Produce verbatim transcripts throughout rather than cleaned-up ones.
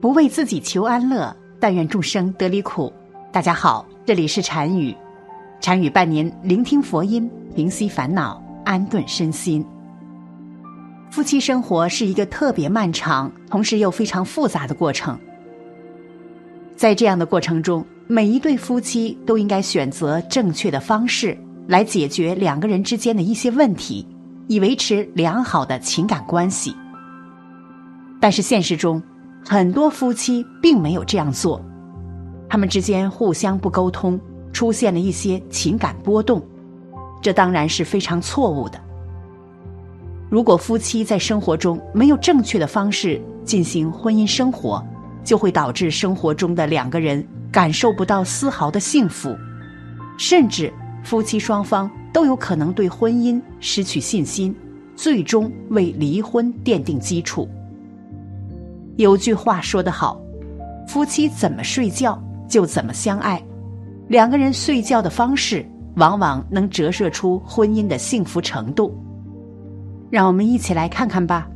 不为自己求安乐，但愿众生得离苦。大家好，这里是禅语，禅语伴您聆听佛音，平息烦恼，安顿身心。夫妻生活是一个特别漫长，同时又非常复杂的过程。在这样的过程中，每一对夫妻都应该选择正确的方式来解决两个人之间的一些问题，以维持良好的情感关系。但是现实中，很多夫妻并没有这样做，他们之间互相不沟通，出现了一些情感波动，这当然是非常错误的。如果夫妻在生活中没有正确的方式进行婚姻生活，就会导致生活中的两个人感受不到丝毫的幸福，甚至夫妻双方都有可能对婚姻失去信心，最终为离婚奠定基础。有句话说得好，夫妻怎么睡觉就怎么相爱，两个人睡觉的方式往往能折射出婚姻的幸福程度。让我们一起来看看吧。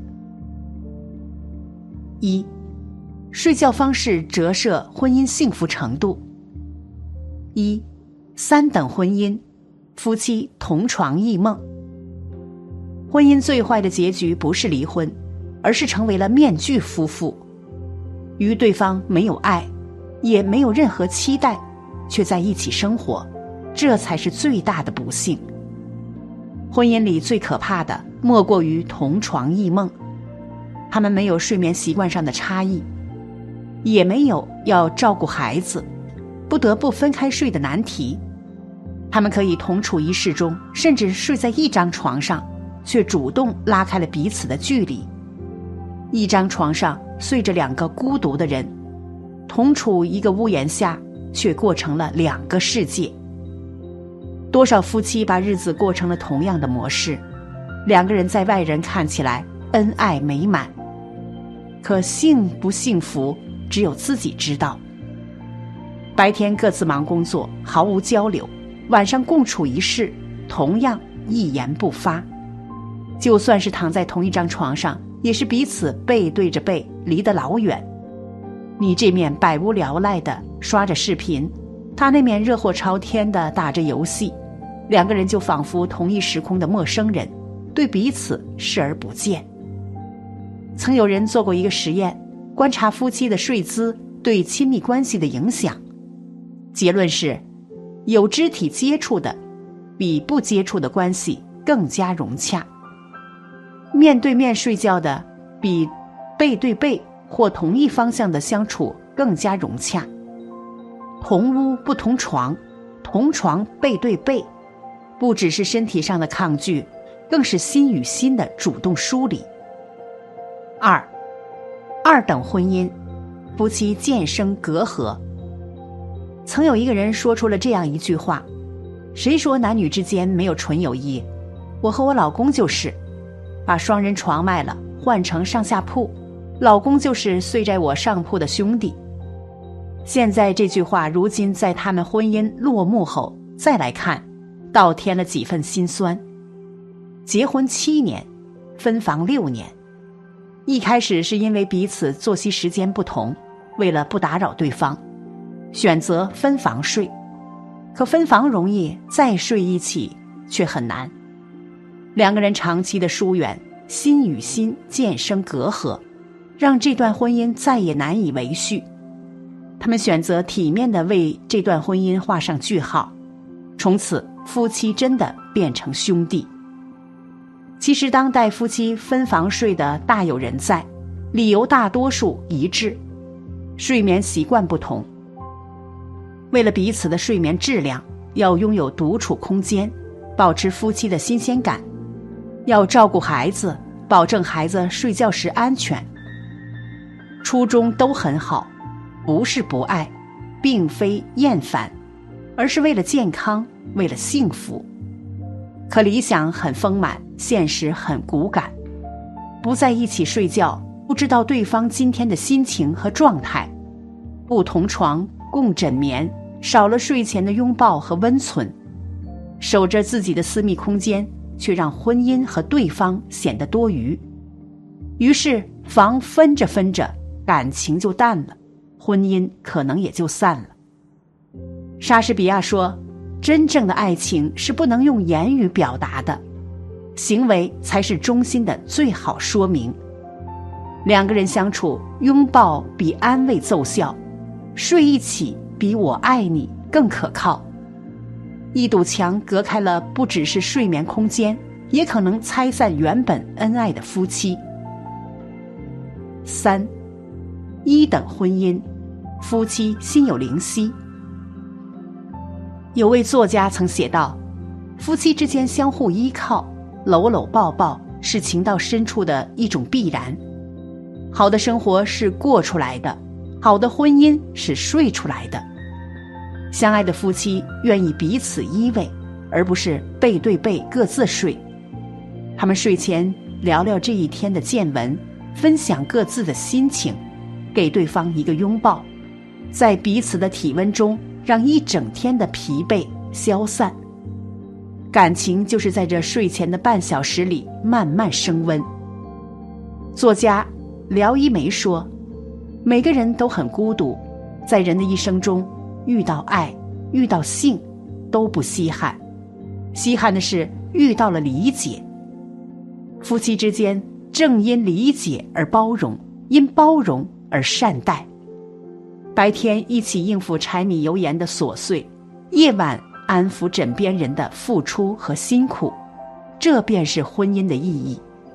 一、睡觉方式折射婚姻幸福程度。一、三等婚姻，夫妻同床异梦。婚姻最坏的结局不是离婚，而是成为了面具夫妇，与对方没有爱，也没有任何期待，却在一起生活，这才是最大的不幸。婚姻里最可怕的莫过于同床异梦，他们没有睡眠习惯上的差异，也没有要照顾孩子，不得不分开睡的难题。他们可以同处一室中，甚至睡在一张床上，却主动拉开了彼此的距离。一张床上睡着两个孤独的人，同处一个屋檐下，却过成了两个世界。多少夫妻把日子过成了同样的模式，两个人在外人看起来恩爱美满，可幸不幸福只有自己知道。白天各自忙工作，毫无交流，晚上共处一室，同样一言不发。就算是躺在同一张床上，也是彼此背对着背，离得老远。你这面百无聊赖的刷着视频，他那面热火朝天的打着游戏，两个人就仿佛同一时空的陌生人，对彼此视而不见。曾有人做过一个实验，观察夫妻的睡姿对亲密关系的影响，结论是有肢体接触的比不接触的关系更加融洽，面对面睡觉的比背对背或同一方向的相处更加融洽。同屋不同床，同床背对背，不只是身体上的抗拒，更是心与心的主动疏离。二、二等婚姻，夫妻渐生隔阂。曾有一个人说出了这样一句话：谁说男女之间没有纯友谊？我和我老公就是，把双人床卖了，换成上下铺，老公就是睡在我上铺的兄弟。现在这句话如今在他们婚姻落幕后再来看，倒添了几分心酸。结婚七年，分房六年，一开始是因为彼此作息时间不同，为了不打扰对方，选择分房睡。可分房容易，再睡一起却很难。两个人长期的疏远，心与心渐生隔阂，让这段婚姻再也难以维续。他们选择体面地为这段婚姻画上句号，从此夫妻真的变成兄弟。其实当代夫妻分房睡的大有人在，理由大多数一致，睡眠习惯不同。为了彼此的睡眠质量，要拥有独处空间，保持夫妻的新鲜感，要照顾孩子，保证孩子睡觉时安全。初衷都很好，不是不爱，并非厌烦，而是为了健康，为了幸福。可理想很丰满，现实很骨感。不在一起睡觉，不知道对方今天的心情和状态；不同床，共枕眠，少了睡前的拥抱和温存。守着自己的私密空间，却让婚姻和对方显得多余。于是房分着分着， 感情就淡了，婚姻可能也就散了。莎士比亚说，真正的爱情是不能用言语表达的，行为才是衷心的最好说明。两个人相处，拥抱比安慰奏效，睡一起比我爱你更可靠。一堵墙隔开了不只是睡眠空间，也可能拆散原本恩爱的夫妻。三，一等婚姻，夫妻心有灵犀。有位作家曾写道，夫妻之间相互依靠，搂搂抱抱是情到深处的一种必然。好的生活是过出来的，好的婚姻是睡出来的。相爱的夫妻愿意彼此依偎，而不是背对背各自睡。他们睡前聊聊这一天的见闻，分享各自的心情，给对方一个拥抱，在彼此的体温中让一整天的疲惫消散。感情就是在这睡前的半小时里慢慢升温。作家廖一梅说，每个人都很孤独，在人的一生中，遇到爱，遇到性都不稀罕，稀罕的是遇到了理解。夫妻之间正因理解而包容，因包容而善待。白天一起应付柴米油盐的琐碎，夜晚安抚枕边人的付出和辛苦，这便是婚姻的意义。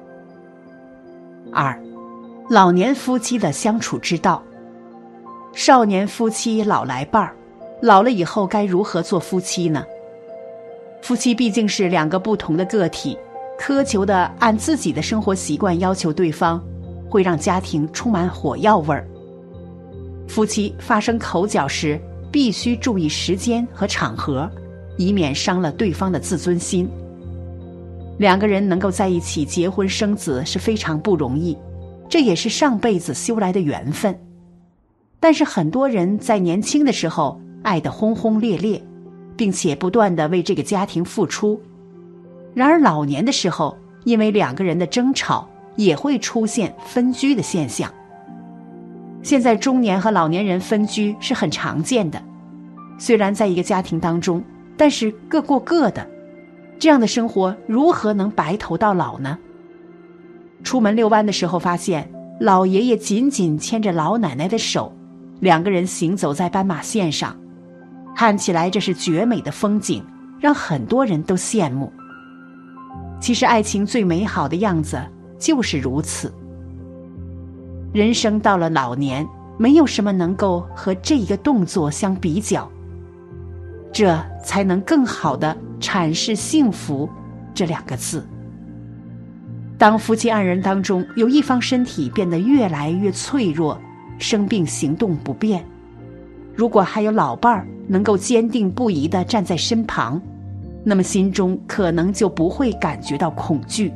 二，老年夫妻的相处之道。少年夫妻老来伴儿，老了以后该如何做夫妻呢？夫妻毕竟是两个不同的个体，苛求的按自己的生活习惯要求对方，会让家庭充满火药味儿。夫妻发生口角时，必须注意时间和场合，以免伤了对方的自尊心。两个人能够在一起结婚生子是非常不容易，这也是上辈子修来的缘分。但是很多人在年轻的时候爱得轰轰烈烈，并且不断地为这个家庭付出。然而老年的时候，因为两个人的争吵，也会出现分居的现象。现在中年和老年人分居是很常见的，虽然在一个家庭当中，但是各过各的，这样的生活如何能白头到老呢？出门遛弯的时候发现，老爷爷紧紧牵着老奶奶的手，两个人行走在斑马线上，看起来这是绝美的风景，让很多人都羡慕。其实爱情最美好的样子就是如此。人生到了老年，没有什么能够和这一个动作相比较，这才能更好地阐释幸福这两个字。当夫妻二人当中有一方身体变得越来越脆弱，生病行动不便，如果还有老伴儿能够坚定不移地站在身旁，那么心中可能就不会感觉到恐惧，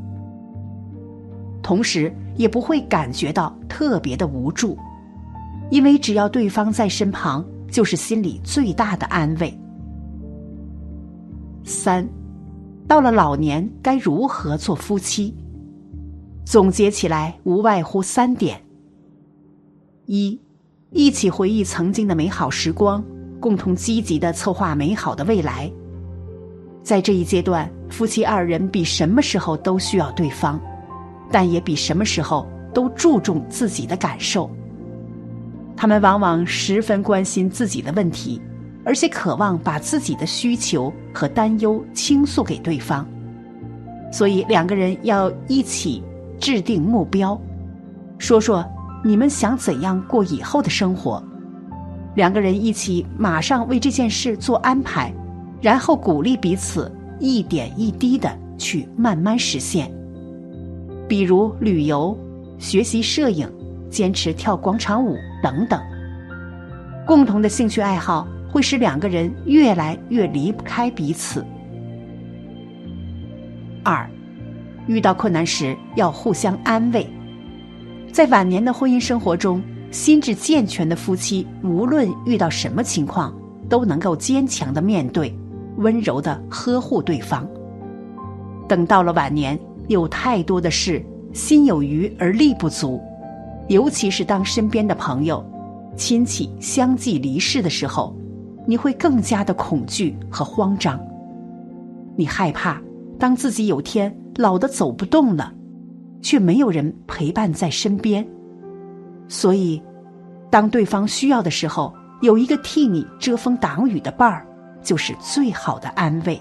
同时也不会感觉到特别的无助，因为只要对方在身旁，就是心里最大的安慰。三，到了老年该如何做夫妻？总结起来无外乎三点：一，一起回忆曾经的美好时光，共同积极地策划美好的未来。在这一阶段，夫妻二人比什么时候都需要对方，但也比什么时候都注重自己的感受。他们往往十分关心自己的问题，而且渴望把自己的需求和担忧倾诉给对方。所以两个人要一起制定目标，说说你们想怎样过以后的生活。两个人一起马上为这件事做安排，然后鼓励彼此一点一滴的去慢慢实现。比如旅游、学习摄影、坚持跳广场舞等等。共同的兴趣爱好会使两个人越来越离不开彼此。二，遇到困难时要互相安慰。在晚年的婚姻生活中，心智健全的夫妻无论遇到什么情况，都能够坚强地面对，温柔地呵护对方。等到了晚年，有太多的事心有余而力不足， 尤其是当身边的朋友、亲戚相继离世的时候，你会更加的恐惧和慌张。你害怕当自己有天老得走不动了，却没有人陪伴在身边，所以当对方需要的时候，有一个替你遮风挡雨的伴儿，就是最好的安慰。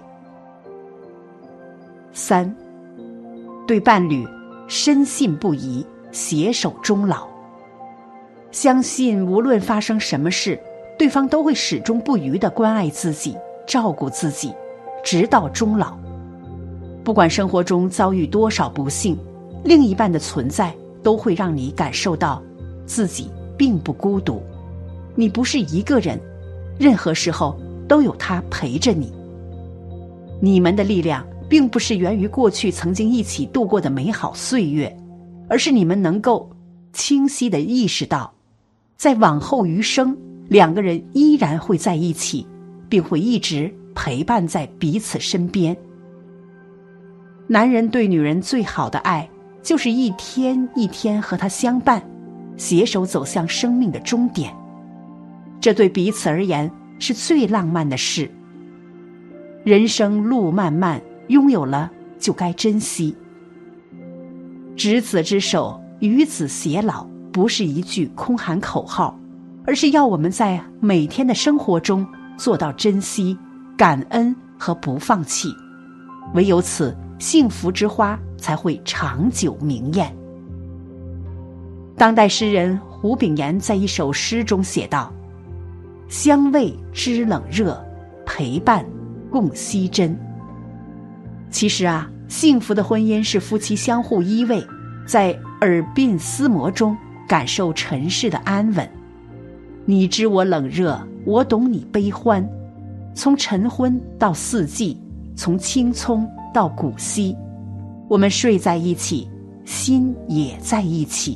三，对伴侣深信不疑，携手终老。相信无论发生什么事，对方都会始终不渝地关爱自己，照顾自己，直到终老。不管生活中遭遇多少不幸，另一半的存在都会让你感受到自己并不孤独，你不是一个人，任何时候都有他陪着你。你们的力量并不是源于过去曾经一起度过的美好岁月，而是你们能够清晰地意识到，在往后余生，两个人依然会在一起，并会一直陪伴在彼此身边。男人对女人最好的爱，就是一天一天和她相伴，携手走向生命的终点。这对彼此而言是最浪漫的事。人生路漫漫，拥有了就该珍惜。执子之手，与子偕老，不是一句空喊口号，而是要我们在每天的生活中做到珍惜、感恩和不放弃。唯有此，幸福之花才会长久明艳。当代诗人胡炳炎在一首诗中写道：相慰知冷热，陪伴共惜真。其实啊，幸福的婚姻是夫妻相互依偎，在耳鬓厮磨中感受尘世的安稳。你知我冷热，我懂你悲欢。从晨昏到四季，从青葱到古稀，我们睡在一起，心也在一起。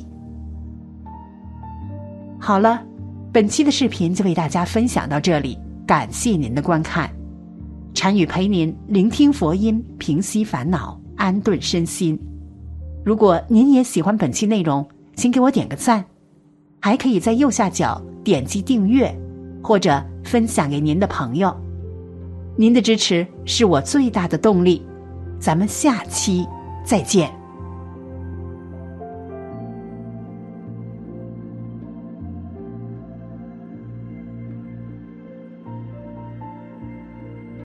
好了，本期的视频就为大家分享到这里，感谢您的观看。禅语陪您聆听佛音，平息烦恼，安顿身心。如果您也喜欢本期内容，请给我点个赞，还可以在右下角点击订阅，或者分享给您的朋友。您的支持是我最大的动力。咱们下期再见。